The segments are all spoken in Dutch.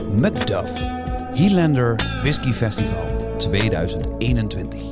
Macduff, Highlander Whisky Festival 2021.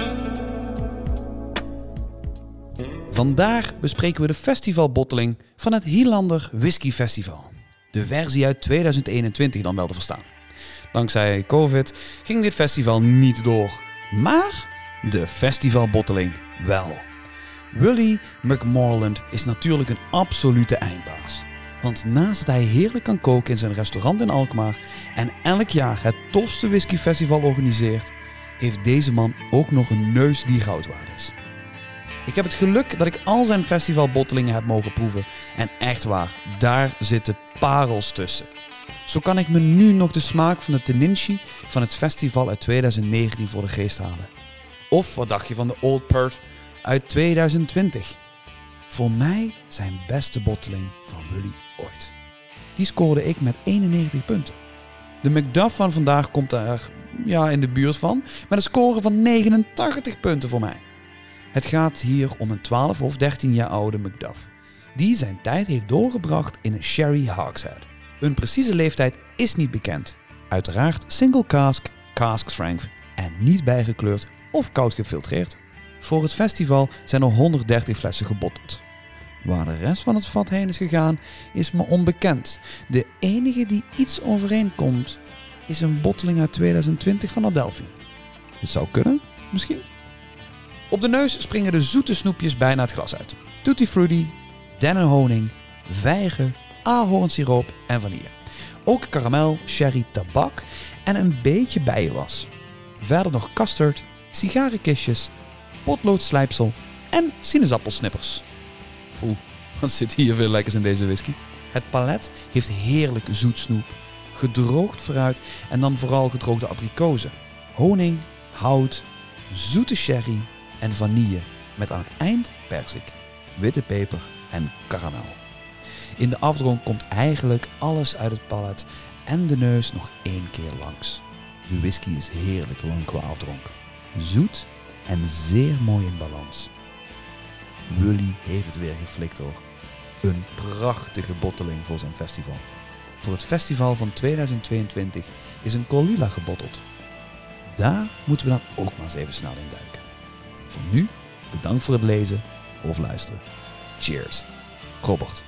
Vandaag bespreken we de festivalbotteling van het Highlander Whisky Festival. De versie uit 2021 dan wel te verstaan. Dankzij COVID ging dit festival niet door, maar de festivalbotteling wel. Willie McMorland is natuurlijk een absolute eindbaas. Want naast dat hij heerlijk kan koken in zijn restaurant in Alkmaar en elk jaar het tofste whiskyfestival organiseert, heeft deze man ook nog een neus die goud waard is. Ik heb het geluk dat ik al zijn festivalbottelingen heb mogen proeven en echt waar, daar zitten parels tussen. Zo kan ik me nu nog de smaak van de Teninchi van het festival uit 2019 voor de geest halen. Of wat dacht je van de Old Pert uit 2020? Voor mij zijn beste botteling van Willie ooit. Die scoorde ik met 91 punten. De Macduff van vandaag komt daar in de buurt van, met een score van 89 punten voor mij. Het gaat hier om een 12 of 13 jaar oude Macduff, die zijn tijd heeft doorgebracht in een sherry hogshead. Een precieze leeftijd is niet bekend. Uiteraard single cask, cask strength en niet bijgekleurd of koud gefiltreerd. Voor het festival zijn er 130 flessen gebotteld. Waar de rest van het vat heen is gegaan, is me onbekend. De enige die iets overeenkomt, is een botteling uit 2020 van Adelphi. Het zou kunnen, misschien. Op de neus springen de zoete snoepjes bijna het glas uit. Tutti frutti, dennenhoning, vijgen, ahornsiroop en vanille. Ook karamel, sherry, tabak en een beetje bijenwas. Verder nog custard, sigarenkistjes, potloodslijpsel en sinaasappelsnippers. Foe, wat zit hier veel lekkers in deze whisky. Het palet heeft heerlijk zoet snoep, gedroogd fruit en dan vooral gedroogde abrikozen. Honing, hout, zoete sherry en vanille met aan het eind persik, witte peper en karamel. In de afdronk komt eigenlijk alles uit het palet en de neus nog 1 keer langs. De whisky is heerlijk lang qua afdronk. Zoet en zeer mooi in balans. Willie heeft het weer geflikt hoor. Een prachtige botteling voor zijn festival. Voor het festival van 2022 is een Caol Ila gebotteld. Daar moeten we dan ook maar eens even snel in duiken. Voor nu, bedankt voor het lezen of luisteren. Cheers. Robert.